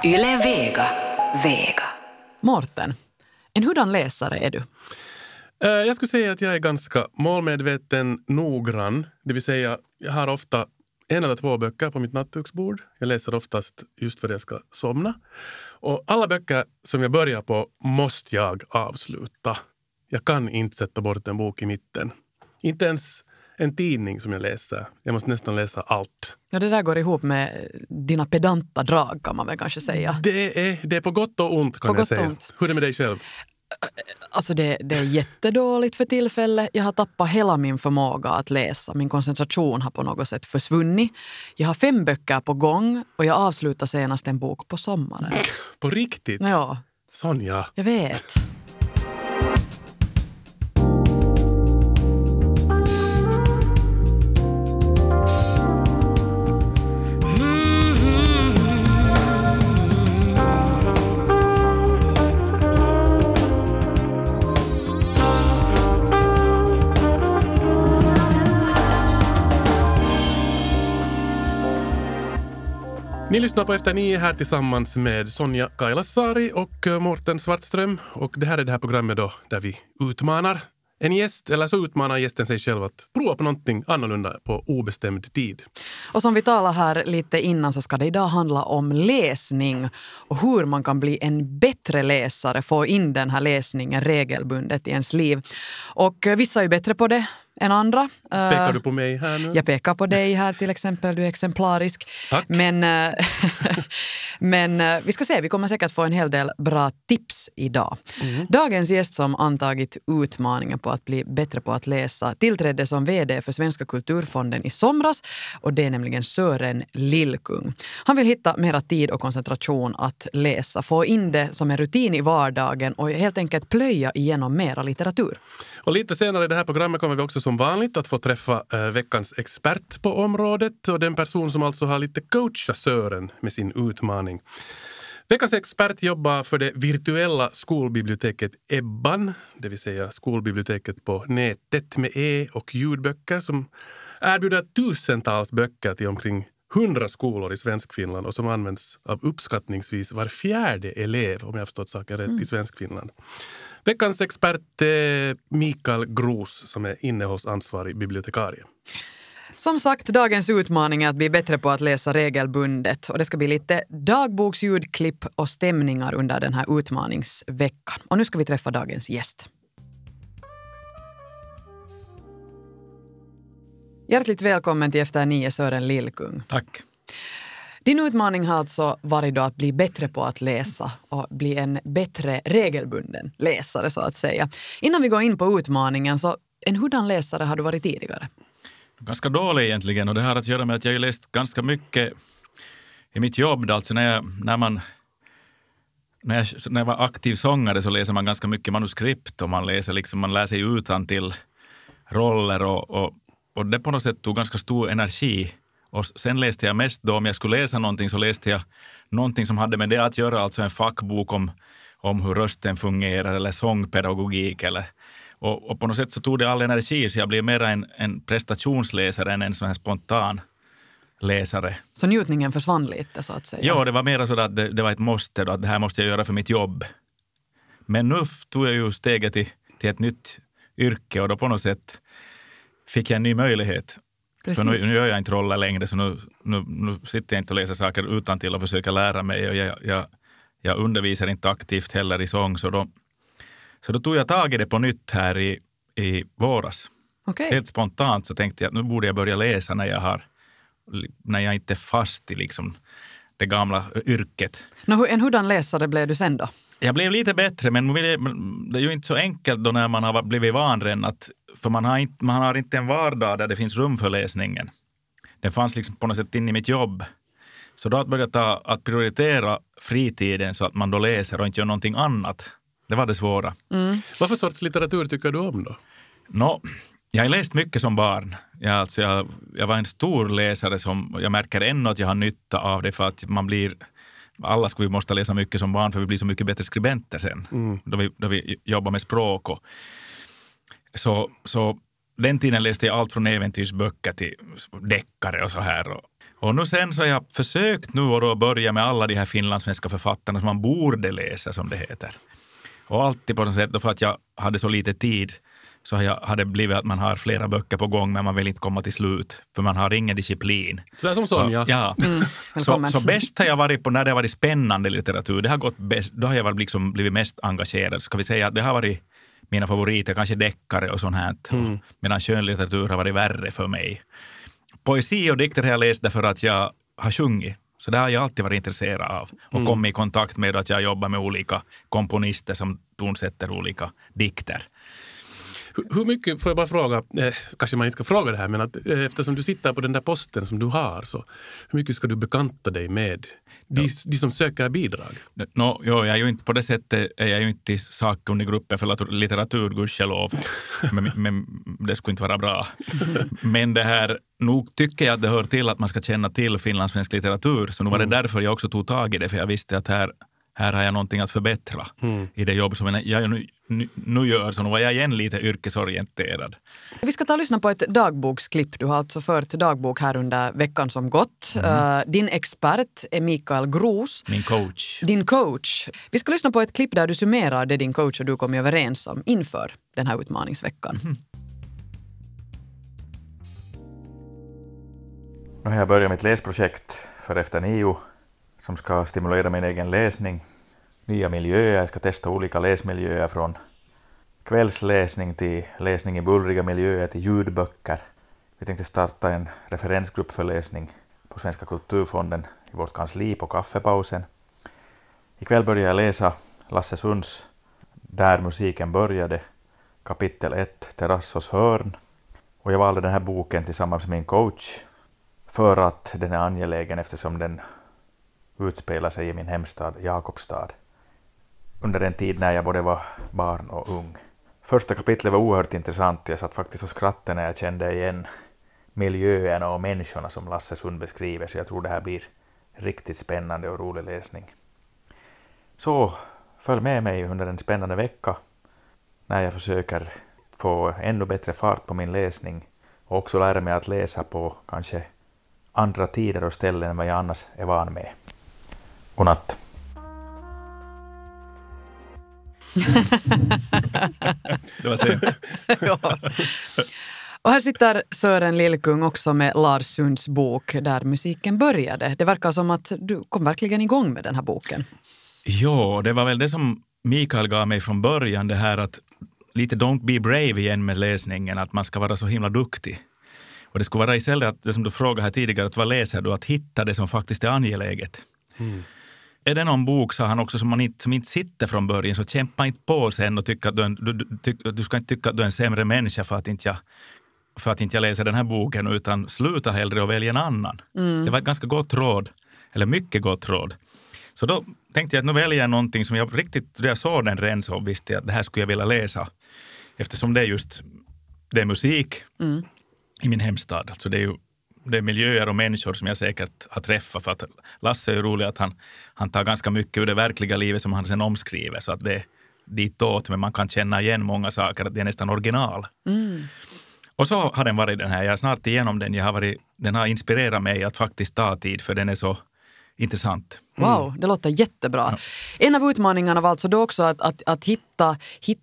Yle Vega. Vega. Mårten, en hurdan läsare är du? Jag skulle säga att jag är ganska målmedveten, noggrann. Det vill säga, jag har ofta en eller två böcker på mitt nattduksbord. Jag läser oftast just för att jag ska somna. Och alla böcker som jag börjar på måste jag avsluta. Jag kan inte sätta bort en bok i mitten. Inte ens en tidning som jag läser. Jag måste nästan läsa allt. Ja, det där går ihop med dina pedanta drag, kan man väl kanske säga. Det är på gott och ont, kan jag säga. Hur är det med dig själv? Alltså det är jättedåligt för tillfället. Jag har tappat hela min förmåga att läsa. Min koncentration har på något sätt försvunnit. Jag har 5 böcker på gång och jag avslutar senast en bok på sommaren. På riktigt? Ja. Sonja. Jag vet. Ni lyssnar på Efter 9 här tillsammans med Sonja Kailasari och Mårten Svartström. Och det här är det här programmet då där vi utmanar en gäst, eller så utmanar gästen sig själv att prova på någonting annorlunda på obestämd tid. Och som vi talar här lite innan så ska det idag handla om läsning och hur man kan bli en bättre läsare, få in den här läsningen regelbundet i ens liv. Och vissa är ju bättre på det än andra. Pekar du på mig här nu? Jag pekar på dig här till exempel, du är exemplarisk. Tack. Men vi ska se, vi kommer säkert få en hel del bra tips idag. Dagens gäst som antagit utmaningen på att bli bättre på att läsa tillträdde som vd för Svenska kulturfonden i somras, och det är nämligen Sören Lillkung. Han vill hitta mera tid och koncentration att läsa, få in det som en rutin i vardagen och helt enkelt plöja igenom mera litteratur. Och lite senare i det här programmet kommer vi också som vanligt att få träffa veckans expert på området och den person som alltså har lite coachat Sören med sin utmaning. Veckans expert jobbar för det virtuella skolbiblioteket Ebban, det vill säga skolbiblioteket på nätet med och ljudböcker som erbjuder tusentals böcker till omkring 100 skolor i Svenskfinland och som används av uppskattningsvis var 4:e elev, om jag har förstått saken rätt, i Svenskfinland. Veckans expert är Mikael Gros som är innehållsansvarig bibliotekarie. Som sagt, dagens utmaning är att bli bättre på att läsa regelbundet. Och det ska bli lite dagboksljudklipp och stämningar under den här utmaningsveckan. Och nu ska vi träffa dagens gäst. Hjärtligt välkommen till Efter 9, Sören Lillkung. Tack. Din utmaning har alltså varit då att bli bättre på att läsa och bli en bättre regelbunden läsare så att säga. Innan vi går in på utmaningen, så en hurdan läsare har du varit tidigare? Ganska dålig egentligen, och det har att göra med att jag har läst ganska mycket i mitt jobb. Alltså när jag var aktiv sångare så läser man ganska mycket manuskript och man lär sig utantill roller och det på något sätt tog ganska stor energi. Och sen läste jag mest då, om jag skulle läsa någonting så läste jag någonting som hade med det att göra, alltså en fackbok om hur rösten fungerar eller sångpedagogik och på något sätt så tog det all energi, så jag blev mer en prestationsläsare än en sån här spontan läsare. Så njutningen försvann lite så att säga? Ja, det var mer så att det var ett måste då, att det här måste jag göra för mitt jobb. Men nu tog jag ju steget till ett nytt yrke och då på något sätt fick jag en ny möjlighet. Precis. För nu gör jag inte roller längre, så nu sitter jag inte och läser saker utantill och försöker lära mig, och jag undervisar inte aktivt heller i sång, så då tog jag tag i det på nytt här i våras. Okay. Helt spontant så tänkte jag att nu borde jag börja läsa när jag inte är fast i liksom det gamla yrket. En hurdan läsare blev du sen då? Jag blev lite bättre, men det är ju inte så enkelt då när man har blivit vanrännat. För man har inte en vardag där det finns rum för läsningen. Den fanns liksom på något sätt in i mitt jobb. Så då att börja att prioritera fritiden så att man då läser och inte gör någonting annat. Det var det svåra. Vad för sorts litteratur tycker du om då? Jag har läst mycket som barn. Jag var en stor läsare som jag märker ännu att jag har nytta av det, för att alla skulle vi måste läsa mycket som barn för vi blir så mycket bättre skribenter sen. Då vi jobbar med språk och så den tiden läste jag allt från äventyrsböcker till deckare och så här. Och nu sen så har jag försökt nu och då börja med alla de här finlandssvenska författarna som man borde läsa, som det heter. Och alltid på något sätt, då för att jag hade så lite tid, så har det blivit att man har flera böcker på gång men man vill inte komma till slut för man har ingen disciplin. Så där som Sonja. Ja. Så bäst har jag varit på när det har varit spännande litteratur. Det har gått bäst, då har jag väl liksom blivit mest engagerad. Så kan vi säga att det har varit mina favoriter, kanske deckare och sånt här. Medan skönlitteratur har varit värre för mig. Poesi och dikter har jag läst därför att jag har sjungit. Så det har jag alltid varit intresserad av. Och kommit i kontakt med att jag jobbar med olika komponister som tonsätter olika dikter. Hur mycket, får jag bara fråga, kanske man inte ska fråga det här, men att, eftersom du sitter på den där posten som du har, så hur mycket ska du bekanta dig med de som söker bidrag? Jag är ju inte på det sättet, jag är ju inte i sakkunnig gruppen för litteratur, gudskelov, men det skulle inte vara bra. Men det här, nog tycker jag att det hör till att man ska känna till finlandssvensk litteratur, så nu var det därför jag också tog tag i det, för jag visste att här har jag någonting att förbättra i det jobb som jag nu gör, så nu var jag igen lite yrkesorienterad. Vi ska ta och lyssna på ett dagboksklipp. Du har alltså fört dagbok här under veckan som gått. Din expert är Mikael Gros. Min coach. Din coach. Vi ska lyssna på ett klipp där du summerar det din coach och du kom överens om inför den här utmaningsveckan. Nu har jag börjat mitt läsprojekt för efter 9 som ska stimulera min egen läsning. Nya miljöer, jag ska testa olika läsmiljöer från kvällsläsning till läsning i bullriga miljöer till ljudböcker. Vi tänkte starta en referensgrupp för läsning på Svenska kulturfonden i vårt kansli på kaffepausen. Ikväll börjar jag läsa Lasse Sunds Där musiken började, kapitel 1, Terrassos hörn. Och jag valde den här boken tillsammans med min coach för att den är angelägen eftersom den utspelar sig i min hemstad Jakobstad under en tid när jag både var barn och ung. Första kapitlet var oerhört intressant. Jag satt faktiskt och skrattade när jag kände igen miljöerna och människorna som Lasse Sund beskriver, så jag tror det här blir riktigt spännande och rolig läsning. Så följ med mig under en spännande vecka när jag försöker få ännu bättre fart på min läsning och också lära mig att läsa på kanske andra tider och ställen än vad jag annars är van med. Godnatt. Det var sent. Ja. Och här sitter Sören Lillkung också med Lars Sunds bok Där musiken började. Det verkar som att du kom verkligen igång med den här boken. Ja, det var väl det som Mikael gav mig från början, det här att lite don't be brave igen med läsningen, att man ska vara så himla duktig. Och det skulle vara istället att det som du frågade här tidigare, att vad läser du? Att hitta det som faktiskt är angeläget. Är det någon bok, sa han också, som inte sitter från början, så kämpa inte på sen och tycka att du ska inte tycka att du är en sämre människa för att inte jag läser den här boken, utan sluta hellre och välja en annan. Det var ett ganska gott råd, eller mycket gott råd. Så då tänkte jag att nu väljer jag någonting som jag riktigt, då jag såg den redan så visste jag att det här skulle jag vilja läsa. Eftersom det är musik i min hemstad. Alltså det är miljöer och människor som jag säkert har träffat. För att Lasse är ju rolig att han tar ganska mycket ur det verkliga livet som han sen omskriver. Så att det är ditåt, men man kan känna igen många saker, att det är nästan original. Och så har den varit den här, jag är snart igenom den. Den har inspirerat mig att faktiskt ta tid, för den är så intressant. Wow, det låter jättebra. Ja. En av utmaningarna var alltså då också att hitta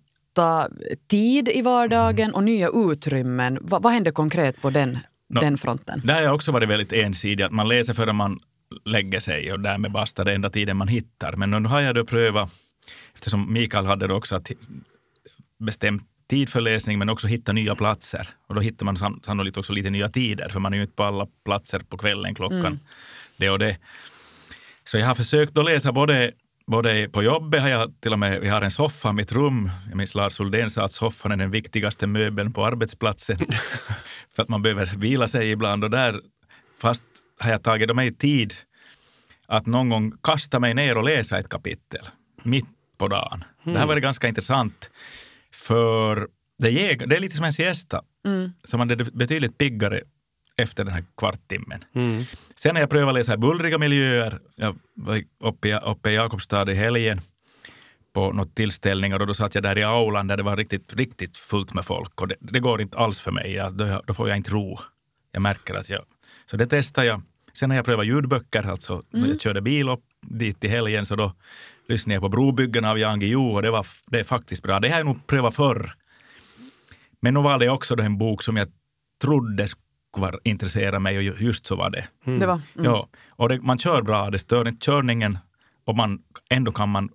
tid i vardagen och nya utrymmen. Vad hände konkret på den fronten? Där har jag också varit väldigt ensidig, att man läser före man lägger sig och därmed basta det enda tiden man hittar. Men nu har jag då prövat, eftersom Mikael hade då också bestämt tid för läsning men också hitta nya platser. Och då hittar man sannolikt också lite nya tider, för man är ju inte på alla platser på kvällen klockan det och det. Så jag har försökt att läsa både på jobbet, vi har en soffa i mitt rum. Jag minns Lars Uldén sa att soffan är den viktigaste möbeln på arbetsplatsen. För att man behöver vila sig ibland. Och där, fast har jag tagit mig tid att någon gång kasta mig ner och läsa ett kapitel mitt på dagen. Det här var ganska intressant. För det är lite som en siesta. Så man är betydligt piggare efter den här kvarttimmen. Sen har jag prövat läsa bullriga miljöer. Jag var uppe i Jakobstad i helgen på något tillställningar, och då satt jag där i aulan där det var riktigt, riktigt fullt med folk. Och det går inte alls för mig. Då får jag inte ro. Jag märker att så det testar jag. Sen har jag prövat ljudböcker, alltså jag körde bil upp dit till helgen, så då lyssnade jag på Brobyggen av Jan Guillou, och det är faktiskt bra. Det har jag nog prövat förr. Men nu var det också då en bok som jag trodde skulle intressera mig, och just så var det. Det var. Ja, och man kör bra, det stör inte körningen, och ändå kan man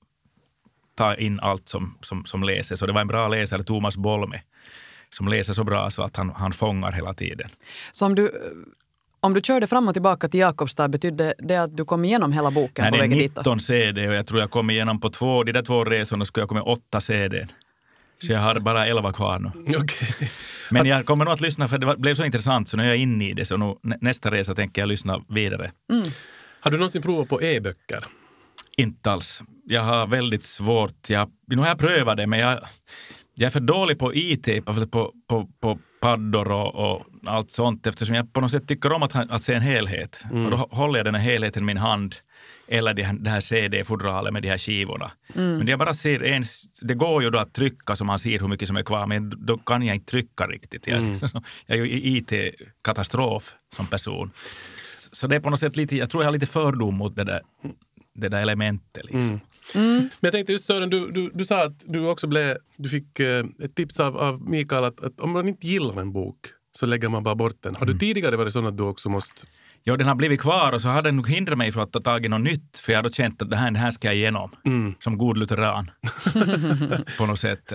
ta in allt som läses. Så det var en bra läsare, Thomas Bolme, som läser så bra så att han fångar hela tiden. Så om du körde fram och tillbaka till Jakobstad, betydde det att du kom igenom hela boken på vägen dit? Nej, det är 19 CD, och jag tror jag kom igenom på de där 2 resorna skulle jag komma 8 CD. Så jag har bara 11 kvar nu. Okay. Men jag kommer nog att lyssna, för det blev så intressant, så nu är jag inne i det, så nu, nästa resa tänker jag lyssna vidare. Har du någonsin provat på e-böcker? Inte alls. Jag har väldigt svårt. Nu har jag prövat det, men jag är för dålig på IT, på paddor och allt sånt, eftersom jag på något sätt tycker om att se en helhet. Och då håller jag den här helheten i min hand, eller det här CD-fodralet med de här skivorna. Men jag bara ser det går ju då att trycka så man ser hur mycket som är kvar, men då kan jag inte trycka riktigt. Jag är ju IT-katastrof som person. Så det är på något sätt lite, jag tror jag har lite fördom mot det där elementet liksom. Men jag tänkte just Sören, du sa att du fick ett tips av Mikael att om man inte gillar en bok så lägger man bara bort den. Har du tidigare varit sån att du också måste... Ja, den har blivit kvar, och så har den nog hindrat mig från att ta tag i något nytt, för jag har då känt att det här ska jag igenom som god lutheran på något sätt.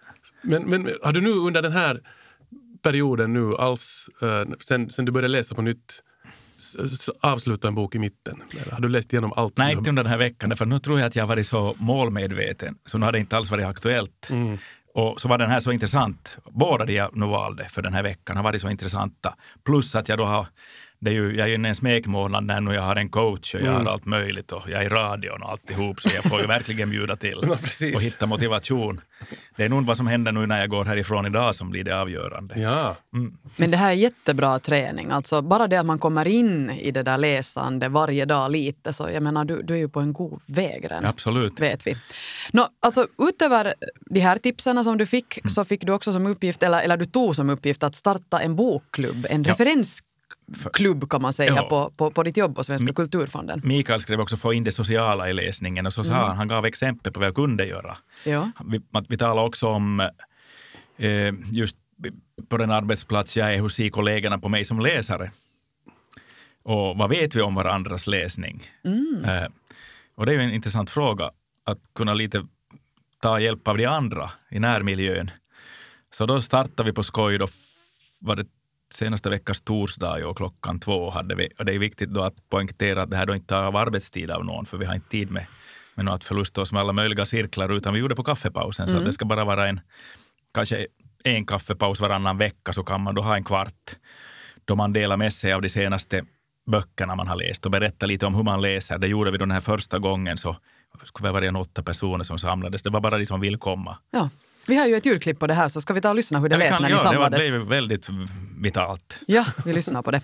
Men har du nu under den här perioden nu alls, sen du började läsa på nytt, avsluta en bok i mitten? Eller har du läst igenom allt? Nej, inte under den här veckan, för nu tror jag att jag har varit så målmedveten, så nu har det inte alls varit aktuellt. Och så var den här så intressant. Båda de jag nu valde för den här veckan har varit så intressanta. Plus att jag då har, jag är ju en smekmånad när nu jag har en coach och jag har allt möjligt, och jag är i radion och alltihop, så jag får ju verkligen bjuda till och hitta motivation. Det är nog vad som händer nu när jag går härifrån idag som blir det avgörande. Ja. Men det här är jättebra träning. Alltså bara det att man kommer in i det där läsande varje dag lite, så jag menar du är ju på en god väg redan. Absolut. Vet vi. Alltså utöver de här tipsen som du fick, så fick du också som uppgift, eller du tog som uppgift att starta en bokklubb, en referensklubb kan man säga på ditt jobb på Svenska kulturfonden. Mikael skrev också få in det sociala i läsningen, och så sa han gav exempel på vad jag kunde göra. Ja. Vi talade också om just på den arbetsplats jag är, hur ser kollegorna på mig som läsare? Och vad vet vi om varandras läsning? Och det är ju en intressant fråga, att kunna lite ta hjälp av de andra i närmiljön. Så då startade vi på skoj, då var det senaste veckas torsdag och 2:00 hade vi. Och det är viktigt då att poängtera att det här då inte tar av arbetstid av någon, för vi har inte tid med att förlusta oss med alla möjliga cirklar, utan vi gjorde på kaffepausen. Så att det ska bara vara kanske en kaffepaus varannan vecka, så kan man då ha en kvart då man delar med sig av de senaste böckerna man har läst och berätta lite om hur man läser. Det gjorde vi då den här första gången, så skulle det vara 8 personer som samlades. Det var bara de som vill komma. Ja. Vi har ju ett ljudklipp på det här, så ska vi ta och lyssna hur det lät när ni samlades. Det blev väldigt vitalt. Ja, vi lyssnar på det.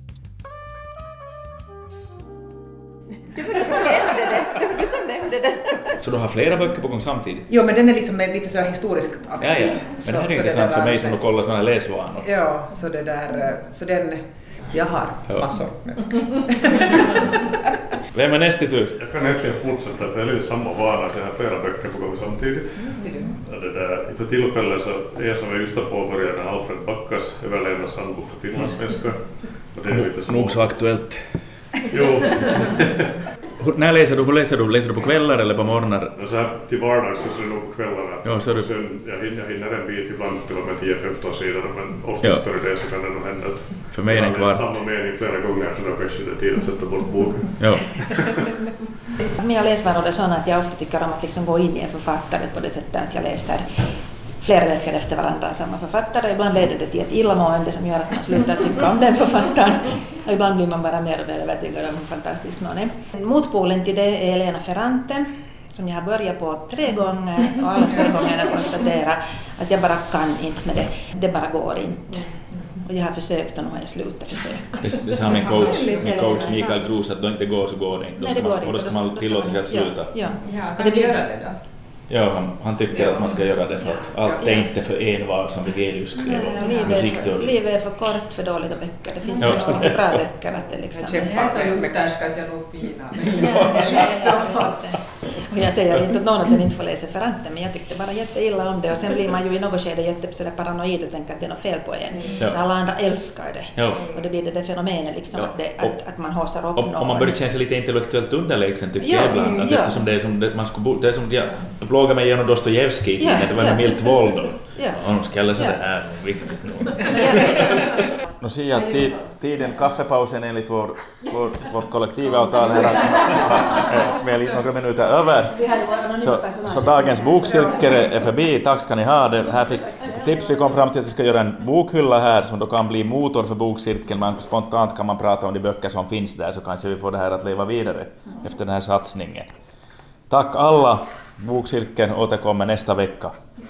Du som nämnde det. Så du har flera böcker på gång samtidigt? Jo, men den är liksom lite så historiskt aktiv. Ja. Men det här är intressant för mig som kollar sådana här läsvanor. Ja, så det där, så den, jag har massor med böcker. Vem är nästa tur? Jag kan egentligen fortsätta, för jag lyser samma vana att jag har flera böcker på gång samtidigt. För tillfället så är jag som just har påbörjat Alfred Backas överlevnadshandbok för finlandssvenska. Nog så aktuellt. Jo. När läser du? Hur läser du? Läser du på kvällar eller på morgnar? Så här till vardags så är det nog på kvällarna. Ja, så sen, jag hinner en bit ibland till och med 10-15 sidor, men oftast före det så kan det nog hända att för mig är en kvart. Samma mening flera gånger, så då kanske det är tid att sätta bort boken. Ja. Mina läsvanor är sådana att jag ofta tycker om att liksom gå in i en författare på det sättet att jag läser flera veckor efter varandra samma författare. Ibland leder det till ett illamående som gör att man slutar tycka om den författaren. Och ibland blir man bara mer och mer övertygad om hur fantastisk någon är. Motpolen till det är Elena Ferrante, som jag har börjat på 3 gånger, och alla 3 gångerna konstaterar att jag bara kan inte med det. Det bara går inte. Och jag har försökt, och nu har jag slutat försöka. Det sa min coach Mikael Gros, att då inte går så går det inte. Nej, det går inte. Och då ska man tillåta sig att sluta. Ja. Kan du göra det då? Ja, han tycker att man ska göra det för att allt är inte för envar som Vigelius skrev om musikteori. Livet är för kort för dåliga böcker. Det finns ju så mycket bra böcker att det liksom... Jag är så luthersk att jag nog pinar mig. Och jag säger inte att någon att den inte får läsa Ferrante, men jag tyckte bara jätteilla om det och sen blir man ju i något skede paranoid och tänker att det är något fel på en. Men alla andra älskar det. Ja. Och det blir det fenomenet liksom att man hasar upp någon. Om man börjar känna sig lite intellektuellt underlägsen tycker jag ibland. Att eftersom det är som det, man skulle... Det är som jag plågar mig genom Dostojevskij i tiden. Det var en milt våld då. Och de ska läsa det här viktigt nu. Nu ser jag att tiden, kaffepausen enligt vårt kollektivavtal här väl några minuter över. Så dagens bokcirkel är förbi. Tack ska ni ha. Det här fick tips. Vi kom fram till att vi ska göra en bokhylla här som då kan bli motor för bokcirkeln. Men spontant kan man prata om de böcker som finns där så kanske vi får det här att leva vidare efter den här satsningen. Tack alla. Bokcirkeln återkommer nästa vecka.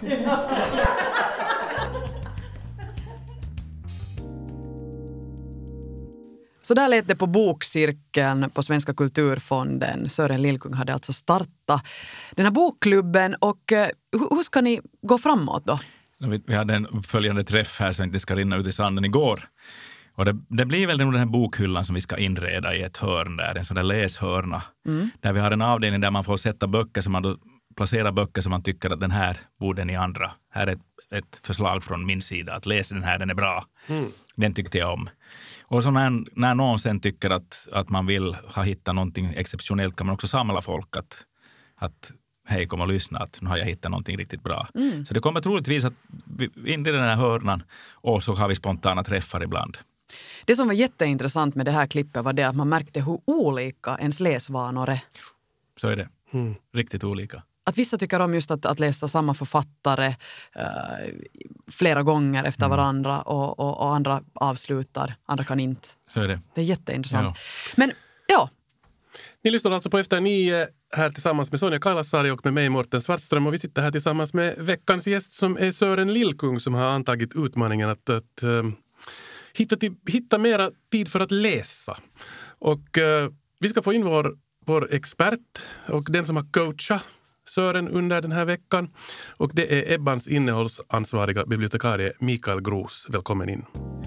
Så där lät det på bokcirkeln på Svenska kulturfonden. Sören Lillkung hade alltså startat den här bokklubben. Och hur ska ni gå framåt då? Vi hade en uppföljande träff här så inte ska rinna ut i sanden igår. Och det blir väl den här bokhyllan som vi ska inreda i ett hörn där, en sån där läshörna. Där vi har en avdelning där man får sätta böcker som man då placerar böcker som man tycker att den här borde ni andra. Här är ett förslag från min sida att läsa den här, den är bra. Den tyckte jag om. Och så när någon sen tycker att man vill ha hittat någonting exceptionellt kan man också samla folk att hej, kom och lyssna, att nu har jag hittat någonting riktigt bra. Så det kommer troligtvis att in i den här hörnan och så har vi spontana träffar ibland. Det som var jätteintressant med det här klippet var det att man märkte hur olika ens läsvanor är. Så är det. Riktigt olika. Att vissa tycker om just att läsa samma författare flera gånger efter varandra och andra avslutar, andra kan inte. Så är det. Det är jätteintressant. Ja. Men ja. Ni lyssnar alltså på Efter 9 här tillsammans med Sonja Kailasari och med mig Mårten Svartström och vi sitter här tillsammans med veckans gäst som är Sören Lillkung som har antagit utmaningen att hitta mera tid för att läsa. Och vi ska få in vår expert och den som har coachat Sören under den här veckan. Och det är Ebbans innehållsansvariga bibliotekarie Mikael Gros. Välkommen in.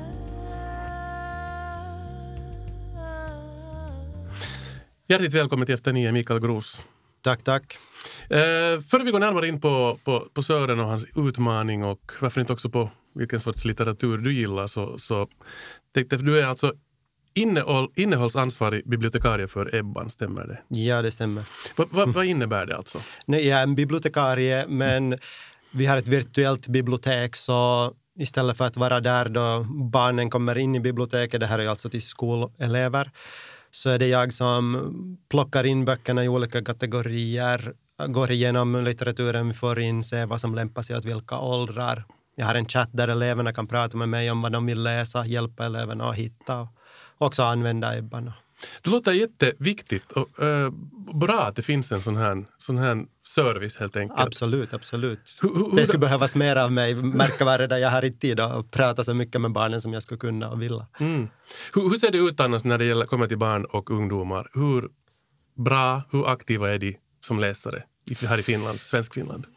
Hjärtligt välkommen till Efter 9, Mikael Gros. Tack. Före vi går närmare in på Sören och hans utmaning och varför inte också på vilken sorts litteratur du gillar så tänkte jag, du är alltså innehållsansvarig bibliotekarie för Ebban, stämmer det? Ja, det stämmer. Vad innebär det alltså? Nej, jag är en bibliotekarie men vi har ett virtuellt bibliotek så istället för att vara där då barnen kommer in i biblioteket, det här är alltså till skolelever, så är det jag som plockar in böckerna i olika kategorier, går igenom litteraturen, får in, se vad som lämpar sig åt vilka åldrar. Jag har en chatt där eleverna kan prata med mig om vad de vill läsa, hjälpa eleverna att hitta och också använda Ebban. Det låter jätteviktigt och bra att det finns en sån här service helt enkelt. Absolut. Det skulle behövas mer av mig, märka var redan jag har i tid och prata så mycket med barnen som jag skulle kunna och vilja. Hur ser det ut annars när det kommer till barn och ungdomar? Hur bra, hur aktiva är de som läsare här i Finland, svensk Finland?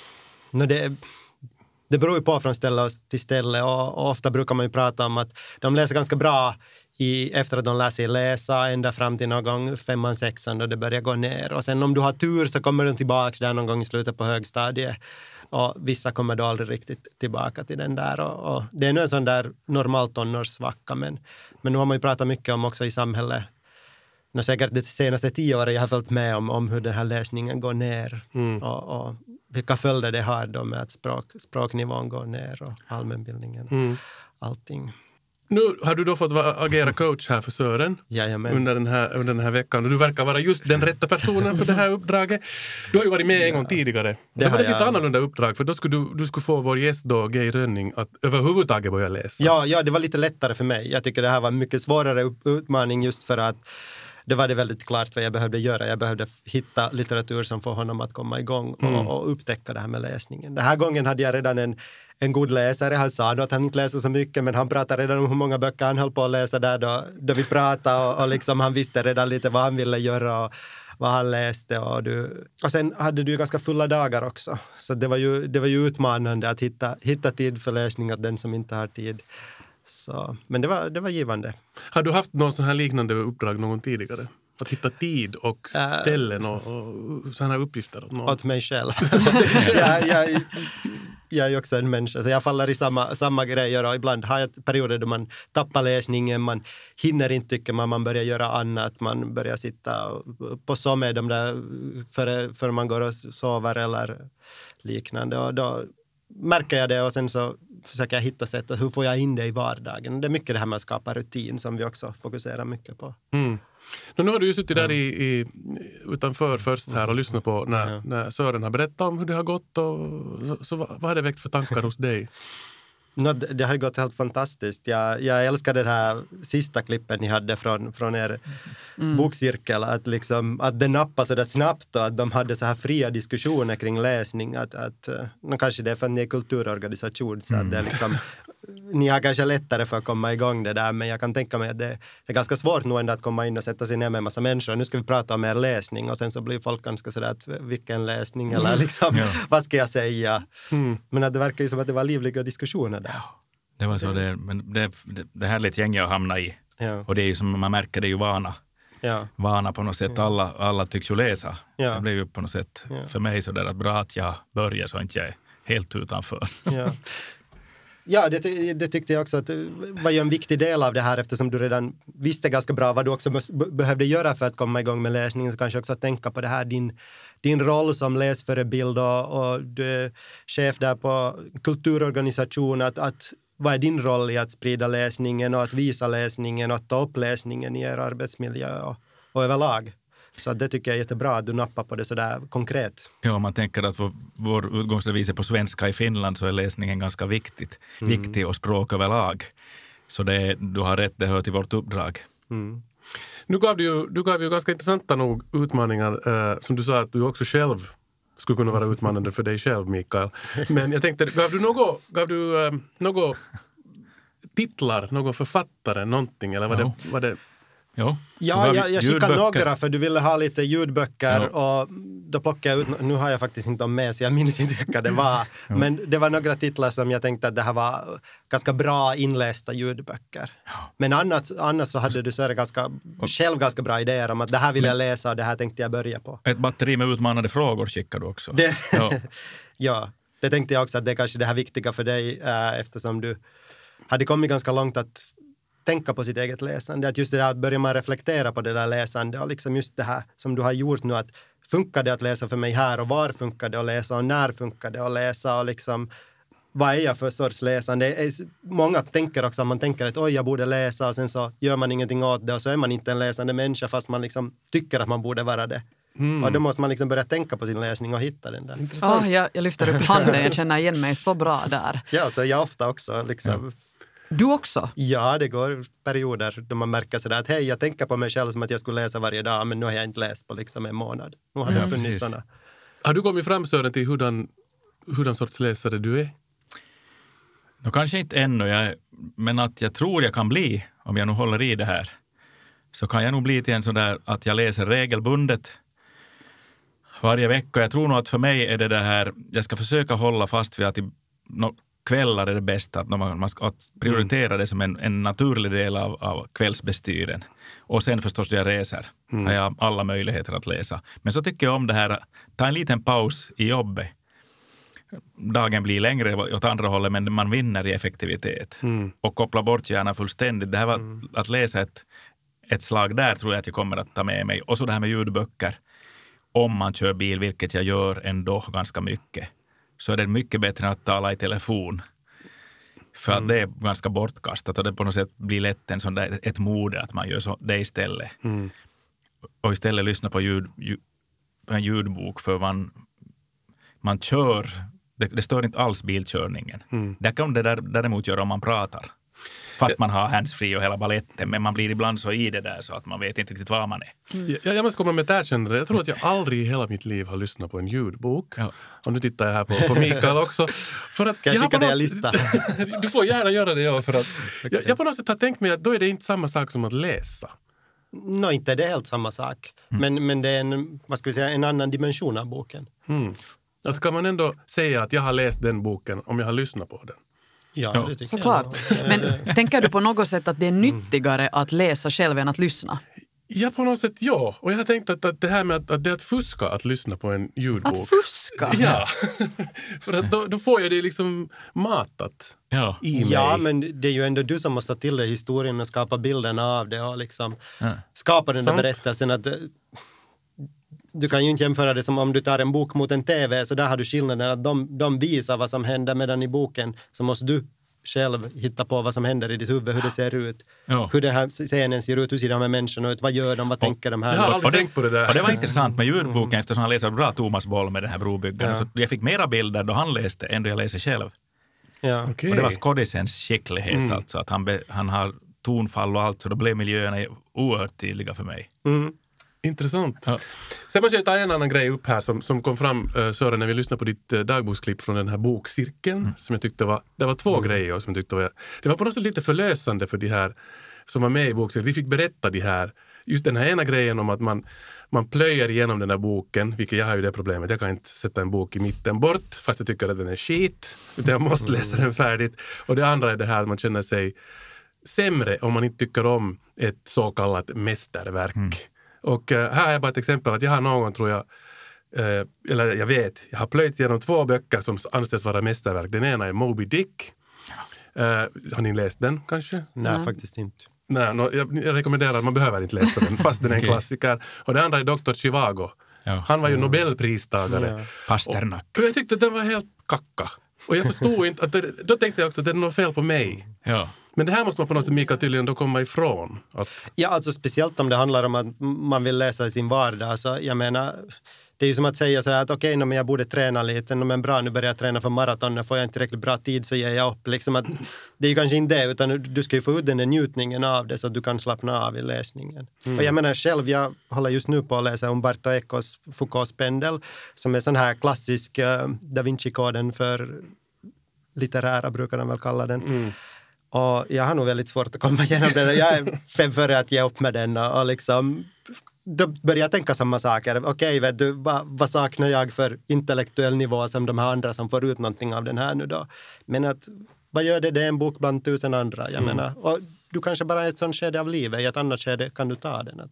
Det beror ju på från ställe till ställe och ofta brukar man ju prata om att de läser ganska bra efter att de lär sig läsa ända fram till någon gång 5:an, 6:an då det börjar gå ner. Och sen om du har tur så kommer de tillbaka där någon gång i slutet på högstadiet. Och vissa kommer då aldrig riktigt tillbaka till den där. Och det är nu en sån där normal tonårssvacka. Men nu har man ju pratat mycket om också i samhället. Säkert de senaste 10 åren jag har följt med om hur den här läsningen går ner. Och vilka följder det har då med att språknivån går ner och allmänbildningen. Allting. Nu har du då fått agera coach här för Sören under den här veckan. Och du verkar vara just den rätta personen för det här uppdraget. Du har ju varit med en gång tidigare. Det var ett lite annorlunda uppdrag för då skulle du skulle få vår gäst då, Gay Rönning, att överhuvudtaget börja läsa. Ja, det var lite lättare för mig. Jag tycker det här var en mycket svårare utmaning just för att det var det väldigt klart vad jag behövde göra. Jag behövde hitta litteratur som får honom att komma igång och upptäcka det här med läsningen. Den här gången hade jag redan en god läsare. Han sa att han inte läser så mycket men han pratade redan om hur många böcker han höll på att läsa där då vi pratade och liksom han visste redan lite vad han ville göra vad han läste. Och sen hade du ju ganska fulla dagar också. Så det var ju utmanande att hitta tid för läsning åt den som inte har tid. Så, men det var givande. Har du haft någon sån här liknande uppdrag någon tidigare? Att hitta tid och ställen och sådana här uppgifter åt någon? Åt mig själv. Jag är ju också en människa, så jag faller i samma grejer och ibland har jag perioder då man tappar läsningen, man hinner inte tycka man börjar göra annat, man börjar sitta på så med de där före man går och sover eller liknande, och då märker jag det och sen så försöker jag hitta sätt att hur får jag in det i vardagen. Det är mycket det här med att skapa rutin som vi också fokuserar mycket på. Mm. Nu har du ju suttit där utanför först här och lyssnat på när Sören har berättat om hur det har gått, och så vad har det väckt för tankar hos dig? Det har gått helt fantastiskt. Jag älskar det här sista klippen ni hade från er bokcirkel. Att det nappade så där snabbt och att de hade så här fria diskussioner kring läsning. Kanske det är för att ni är kulturorganisation så att det är liksom, ni har kanske lättare för att komma igång det där, men jag kan tänka mig att det är ganska svårt nog ändå att komma in och sätta sig ner med en massa människor. Nu ska vi prata om er läsning och sen så blir folk ganska sådär att vilken läsning eller liksom, vad ska jag säga? Men att det verkar ju som att det var livliga diskussioner där. Ja, det var så det här lät gänget att hamna i. Ja. Och det är ju som man märker, det är ju vana. Ja. Vana på något sätt. Alla tycks ju läsa. Ja. Det blev ju på något sätt för mig så där att bra att jag börjar så inte jag är helt utanför. Ja. Ja, det tyckte jag också att var ju en viktig del av det här, eftersom du redan visste ganska bra vad du också behövde göra för att komma igång med läsningen, så kanske också att tänka på det här, din roll som läsförebild och du är chef där på kulturorganisation, att vad är din roll i att sprida läsningen och att visa läsningen och att ta upp läsningen i er arbetsmiljö och överlag. Så det tycker jag är jättebra att du nappar på det sådär konkret. Ja, man tänker att vår utgångsbevis är på svenska i Finland, så är läsningen ganska viktig och språk överlag. Så du har rätt, det hör till vårt uppdrag. Mm. Nu gav du ganska intressanta nog utmaningar, som du sa att du också själv skulle kunna vara utmanande för dig själv, Mikael. Men jag tänkte, gav du något titlar, någon författare, någonting, eller var det Jo. Ja, jag skickade några för du ville ha lite ljudböcker och då plockade jag ut, nu har jag faktiskt inte med så jag minns inte vilka det var. Men det var några titlar som jag tänkte att det här var ganska bra inlästa ljudböcker. Men annars så hade du själv ganska bra idéer om att det här vill jag läsa och det här tänkte jag börja på. Ett batteri med utmanande frågor skickade du också. Ja, det tänkte jag också att det är kanske det här viktiga för dig eftersom du hade kommit ganska långt att tänka på sitt eget läsande. Att just det där, börjar man reflektera på det där läsande och liksom just det här som du har gjort nu, att funkar det att läsa för mig här och var funkar det att läsa och när funkar det att läsa och liksom vad är jag för sorts läsande? Många tänker också, man tänker att oj, jag borde läsa och sen så gör man ingenting åt det och så är man inte en läsande människa fast man liksom tycker att man borde vara det. Och då måste man liksom börja tänka på sin läsning och hitta den där. Jag lyfter upp handen, jag känner igen mig så bra där. Ja, så jag ofta också liksom... Du också? Ja, det går perioder då man märker sådär att hej, jag tänker på mig själv som att jag skulle läsa varje dag, men nu har jag inte läst på liksom en månad. Nu har det funnits sådana. Har du kommit fram, Sören, till hurdan sorts läsare du är? Kanske inte ännu, men att jag tror jag kan bli, om jag nu håller i det här, så kan jag nog bli till en sån där att jag läser regelbundet varje vecka. Jag tror nog att för mig är det här, jag ska försöka hålla fast vid att kvällar är det bästa, att man ska prioritera det som en naturlig del av kvällsbestyren. Och sen förstås när jag reser har jag alla möjligheter att läsa. Men så tycker jag om det här, ta en liten paus i jobbet. Dagen blir längre åt andra hållet, men man vinner i effektivitet. Och koppla bort hjärnan fullständigt. Det här var att läsa ett slag där tror jag att jag kommer att ta med mig. Och så det här med ljudböcker. Om man kör bil, vilket jag gör ändå ganska mycket, så är det mycket bättre än att tala i telefon. För att det är ganska bortkastat och det på något sätt blir lätt en sån där, ett mode att man gör det istället. Och istället lyssna på en ljudbok, för man kör, det stör inte alls bilkörningen. Det kan det däremot göra om man pratar. Fast man har handsfree och hela balletten, men man blir ibland så i det där så att man vet inte riktigt var man är. Jag måste komma med ett erkännande. Jag tror att jag aldrig i hela mitt liv har lyssnat på en ljudbok. Ja. Och nu tittar jag här på Mikael också. För att ska jag skicka dig en lista? Du får gärna göra det, för att jag på något sätt har tänkt mig att då är det inte samma sak som att läsa. inte det är helt samma sak. Men det är en annan dimension av boken. Att kan man ändå säga att jag har läst den boken om jag har lyssnat på den? Ja, det tycker Såklart. Men tänker du på något sätt att det är nyttigare att läsa själv än att lyssna? Ja, på något sätt ja. Och jag har tänkt att det här med att det är att fuska att lyssna på en ljudbok. Att fuska? Ja. För att då får jag det liksom matat i mig. Ja, men det är ju ändå du som måste ta till dig historien och skapa bilden av det och liksom skapa den där berättelsen. Att du kan ju inte jämföra det som om du tar en bok mot en tv, så där har du skillnaden att de visar vad som händer, medan i boken så måste du själv hitta på vad som händer i ditt huvud, hur det ser ut, hur den här scenen ser ut, hur ser de här människorna ut, vad gör de, vad tänker de här? Jag har aldrig tänkt på det där. Och det var intressant med ljudboken eftersom han läser bra Thomas Boll med den här brobyggaren. Så jag fick mera bilder då han läste än då jag läser själv. Ja. Okay. Och det var skådisens skicklighet alltså, att han har tonfall och allt, så då blev miljöerna oerhört tydliga för mig. Intressant. Ja. Sen måste jag ta en annan grej upp här som kom fram, Sören, när vi lyssnade på ditt dagboksklipp från den här bokcirkeln, som jag tyckte det var två grejer som jag tyckte det var på något sätt lite förlösande för de här som var med i bokcirkeln. Vi fick berätta de här, just den här ena grejen om att man plöjer igenom den här boken, vilket jag har ju det problemet, jag kan inte sätta en bok i mitten bort fast jag tycker att den är skit, utan jag måste läsa den färdigt. Och det andra är det här att man känner sig sämre om man inte tycker om ett så kallat mästerverk. Och här är bara ett exempel att jag har någon, tror jag, eller jag vet, jag har plöjt igenom 2 böcker som anses vara mästerverk. Den ena är Moby Dick. Har ni läst den kanske? Nej, faktiskt inte. Nej, jag rekommenderar, man behöver inte läsa den fast den är en klassiker. Och det andra är Dr. Zhivago. Han var ju Nobelpristagare. Pasternak. Och jag tyckte att den var helt kacka. Och jag förstod inte, då tänkte jag också att det är något fel på mig. Ja. Men det här måste man på något sätt, Mika, tydligen då komma ifrån. Ja, alltså speciellt om det handlar om att man vill läsa i sin vardag. Alltså, jag menar, det är ju som att säga så här att okej, men jag borde träna lite. Men bra, nu börjar jag träna för maraton. Får jag inte tillräckligt bra tid så ger jag upp. Liksom att, det är ju kanske inte det, utan du ska ju få ut den där njutningen av det så att du kan slappna av i läsningen. Och jag menar själv, jag håller just nu på att läsa Umberto Ecos Foucaults pendel, som är sån här klassisk Da Vinci-koden för litterära, brukar de väl kalla den. Och jag har nog väldigt svårt att komma igenom den. Jag är fem före att ge upp med den och liksom, då börjar jag tänka samma saker. Okej, vet du, vad saknar jag för intellektuell nivå som de här andra som får ut någonting av den här nu då? Men att, vad gör det? Det är en bok bland 1000 andra. Jag menar, och du kanske bara är ett sånt skede av livet. I ett annat skede kan du ta den.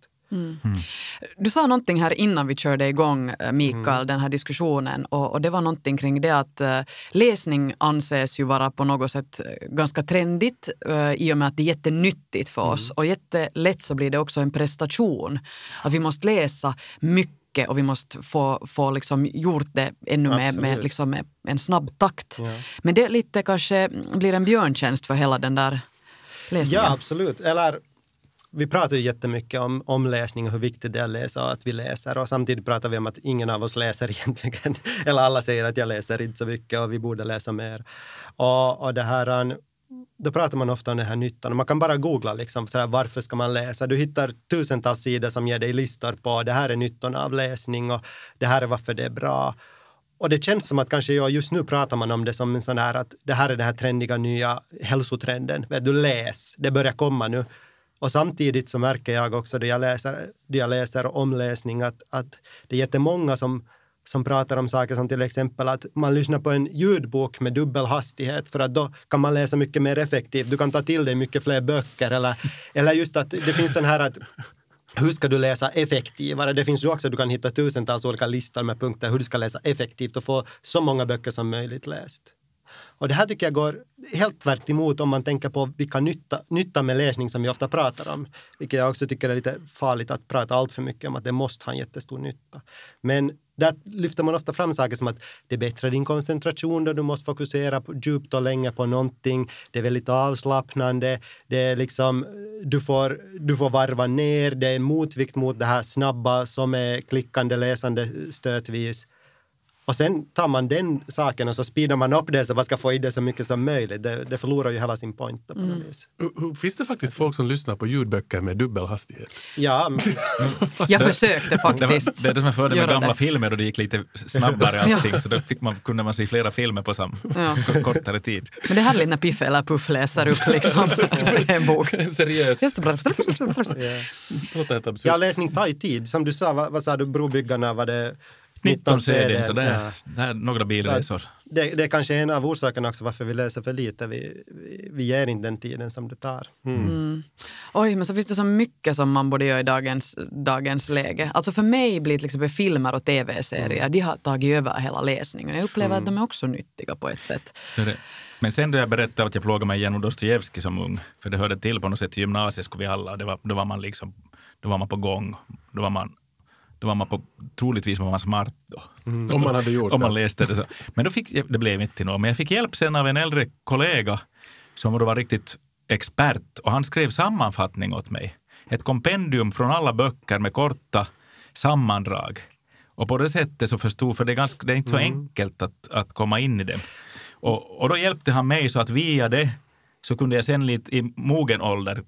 Du sa någonting här innan vi körde igång, Mikael, den här diskussionen. Och det var någonting kring det att läsning anses ju vara på något sätt ganska trendigt i och med att det är jättenyttigt för oss. Och jättelätt så blir det också en prestation. Att vi måste läsa mycket och vi måste få liksom gjort det ännu med liksom en snabb takt. Ja. Men det lite kanske blir en björntjänst för hela den där läsningen. Ja, absolut. Eller vi pratar ju jättemycket om läsning och hur viktigt det är att läsa och att vi läser. Och samtidigt pratar vi om att ingen av oss läser egentligen. Eller alla säger att jag läser inte så mycket och vi borde läsa mer. Och det här, då pratar man ofta om den här nyttan. Och man kan bara googla liksom, så här, varför ska man läsa? Du hittar tusentals sidor som ger dig listor på det här är nyttan av läsning och det här är varför det är bra. Och det känns som att kanske just nu pratar man om det som en sån här att det här är den här trendiga nya hälsotrenden. Du läs, det börjar komma nu. Och samtidigt så märker jag också då jag läser omläsning att det är jättemånga som pratar om saker som till exempel att man lyssnar på en ljudbok med dubbel hastighet för att då kan man läsa mycket mer effektivt. Du kan ta till dig mycket fler böcker eller just att det finns den här att hur ska du läsa effektivare? Det finns ju också, du kan hitta tusentals olika listor med punkter hur du ska läsa effektivt och få så många böcker som möjligt läst. Och det här tycker jag går helt tvärt emot om man tänker på vilka nytta med läsning som vi ofta pratar om. Vilket jag också tycker är lite farligt att prata allt för mycket om att det måste ha en jättestor nytta. Men där lyfter man ofta fram saker som att det bättrar din koncentration då du måste fokusera djupt och länge på någonting. Det är väldigt avslappnande. Det är liksom, du får varva ner. Det är motvikt mot det här snabba som är klickande läsande stötvis. Och sen tar man den saken och så speedar man upp det så man ska få in det så mycket som möjligt. Det förlorar ju hela sin point på något vis. Finns det faktiskt folk som lyssnar på ljudböcker med dubbel hastighet? Ja. Jag försökte faktiskt. Det är det som är fördelen med göra gamla det. filmer och det gick lite snabbare allting. Så då kunde man se flera filmer på kortare tid. Men det är härligt när Piff eller Puff läser upp liksom en bok. Seriös. Ja, läsning tar ju tid. Som du sa, vad sa du, Brobyggarna var det 19 CD, så Ja. det är några bilresor. Det är kanske en av orsakerna också varför vi läser för lite. Vi ger inte den tiden som det tar. Oj, men så finns det så mycket som man borde göra i dagens läge. Alltså för mig blir till exempel filmer och tv-serier, de har tagit över hela läsningen. Jag upplever att de är också nyttiga på ett sätt. Men sen då jag berättade att jag plågade mig igenom Dostojevskij som ung, för det hörde till på något sätt i gymnasiet skulle vi alla, då var man på gång, då var man på, troligtvis var man smart då. Om man hade gjort om man läste det så. Men då det blev inte till något. Men jag fick hjälp sen av en äldre kollega som då var riktigt expert och han skrev sammanfattning åt mig. Ett kompendium från alla böcker med korta sammandrag. Och på det sättet så förstod, för det är inte så enkelt att komma in i det. Och då hjälpte han mig så att via det så kunde jag sen lite i mogen ålder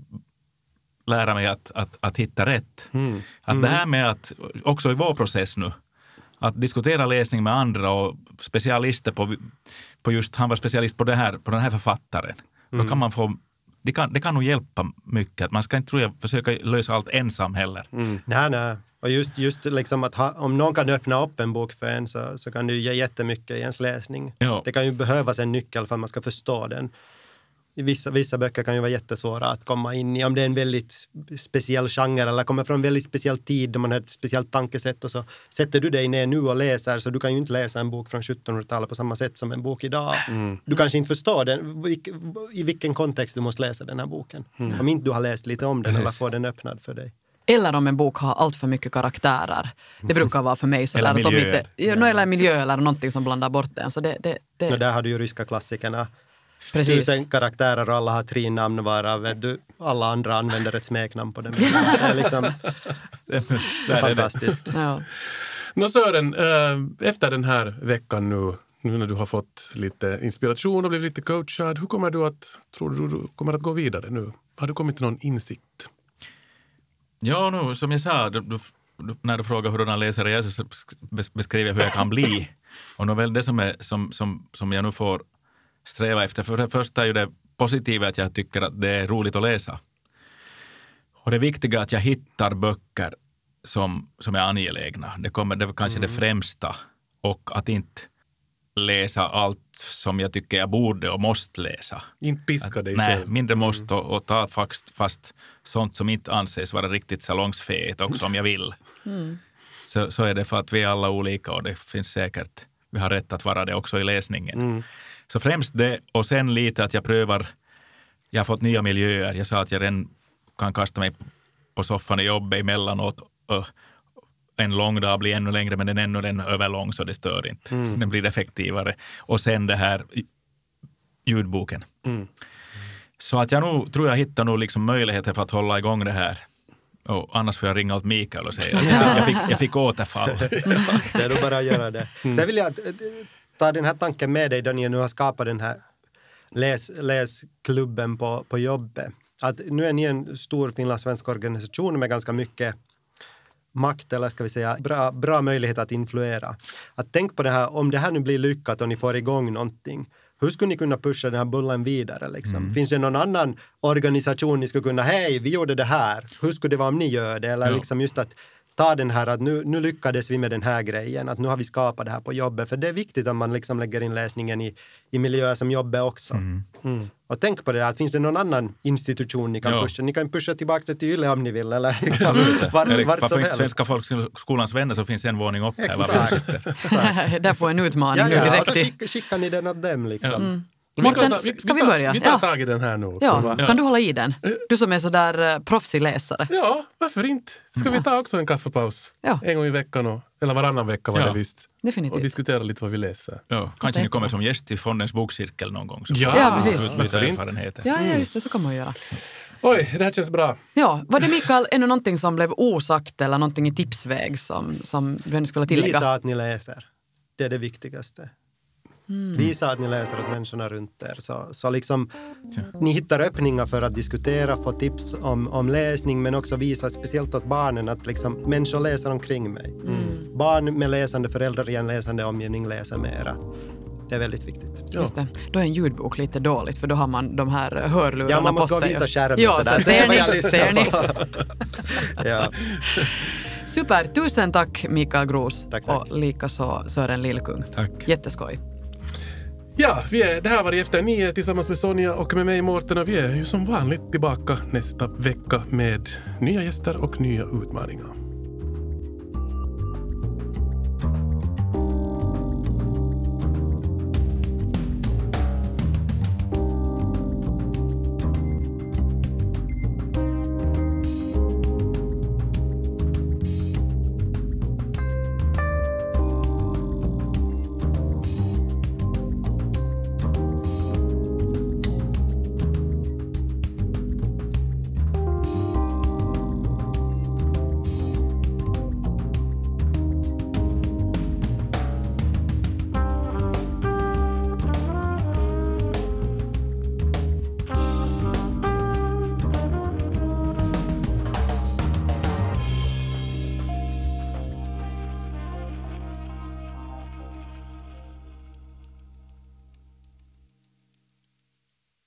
lära mig att hitta rätt. Att det här med att, också i vår process nu, att diskutera läsning med andra och specialister på just, han var specialist på den här författaren. Då kan man få, det kan nog hjälpa mycket. Att man ska inte, tror jag, försöka lösa allt ensam heller. Nej. Och just liksom att om någon kan öppna upp en bok för en så kan det ju ge jättemycket i ens läsning. Ja. Det kan ju behövas en nyckel för att man ska förstå den. I vissa böcker kan ju vara jättesvåra att komma in i om det är en väldigt speciell genre eller kommer från en väldigt speciell tid där man har ett speciellt tankesätt och så sätter du dig ner nu och läser så du kan ju inte läsa en bok från 1700-talet på samma sätt som en bok idag. Du kanske inte förstår den, i vilken kontext du måste läsa den här boken. Om inte du har läst lite om den eller får den öppnad för dig. Eller om en bok har allt för mycket karaktärer. Det brukar vara för mig så eller där att miljö. Eller miljö eller någonting som blandar bort den. Så det. Och där har du ju ryska klassikerna. Precis. 1000 karaktärer och alla har 3 namn varav alla andra använder ett smeknamn på dem. Det är liksom fantastiskt. Ja. Nå Sören, efter den här veckan nu när du har fått lite inspiration och blivit lite coachad, hur kommer tror du kommer att gå vidare nu? Har du kommit till någon insikt? Ja, nu, som jag sa, när du frågar hur den läsare är så beskriver jag hur jag kan bli. Och nu väl det som jag nu får sträva efter. För det första är ju det positiva att jag tycker att det är roligt att läsa. Och det viktiga är att jag hittar böcker som är angelägna. Det är kanske det främsta. Och att inte läsa allt som jag tycker jag borde och måste läsa. Inte piska dig själv. själv. Mindre måste och ta fast sånt som inte anses vara riktigt salongsfähigt också om jag vill. Så är det för att vi är alla olika och det finns säkert, vi har rätt att vara det också i läsningen. Så främst det och sen lite att jag prövar, jag har fått nya miljöer. Jag sa att jag redan kan kasta mig på soffan i jobbet emellanåt. En lång dag blir ännu längre men den är ännu överlång så det stör inte. Den blir effektivare. Och sen det här ljudboken. Så att jag nog, tror jag hittar nog liksom möjligheter för att hålla igång det här. Och annars får jag ringa åt Mikael och säga att jag fick återfall. Det är då bara att göra det. Sen vill jag ta den här tanken med dig då ni nu har skapat den här läsklubben på jobbet. Att nu är ni en stor finlandssvensk organisation med ganska mycket makt eller ska vi säga bra möjlighet att influera. Att tänk på det här, om det här nu blir lyckat och ni får igång någonting. Hur skulle ni kunna pusha den här bullen vidare? Liksom? Finns det någon annan organisation ni skulle kunna, hej vi gjorde det här. Hur skulle det vara om ni gör det? Eller liksom just att ta den här att nu lyckades vi med den här grejen. Att nu har vi skapat det här på jobbet. För det är viktigt att man liksom lägger in läsningen i miljöer som jobbet också. Och tänk på det att finns det någon annan institution ni kan pusha? Ni kan pusha tillbaka till Yle om ni vill. Eller liksom vart som helst. Svenska folkskolans vänner så finns en våning upp här. Exakt. Där får en utmaning nu direkt. Och så skickar ni den åt dem liksom. Morten, ska vi börja? Vi tar tag i den här nu. Ja, kan du hålla i den? Du som är så där proffsig läsare. Ja, varför inte? Ska vi ta också en kaffepaus? Ja. En gång i veckan eller varannan vecka var det visst. Definitivt. Och diskutera lite vad vi läser. Ja, kanske ni kommer som gäst till Fondens bokcirkel någon gång. Så ja, precis. Utbyta erfarenheter. Ja, just det, så kan man göra. Oj, det här känns bra. Ja, var det Mikael ännu någonting som blev osagt eller någonting i tipsväg som du skulle tillägga? Visa att ni läser. Det är det viktigaste. Visa att ni läser åt människorna runt er. Så liksom, ni hittar öppningar för att diskutera, få tips om läsning, men också visa speciellt åt barnen att liksom, människor läser omkring mig. Barn med läsande föräldrar i en läsande omgivning läser mera. Det är väldigt viktigt. Just det. Då är en ljudbok lite dåligt, för då har man de här hörlurarna på sig. Ja, man måste visa skärmen. Ja, sådär. så ser ni. Ja. Super, tusen tack Mikael Gros. Tack. Och likaså Sören Lillkung. Tack. Jätteskoj. Ja, det här var Efter 9 tillsammans med Sonja och med mig Mårten, och vi är ju som vanligt tillbaka nästa vecka med nya gäster och nya utmaningar.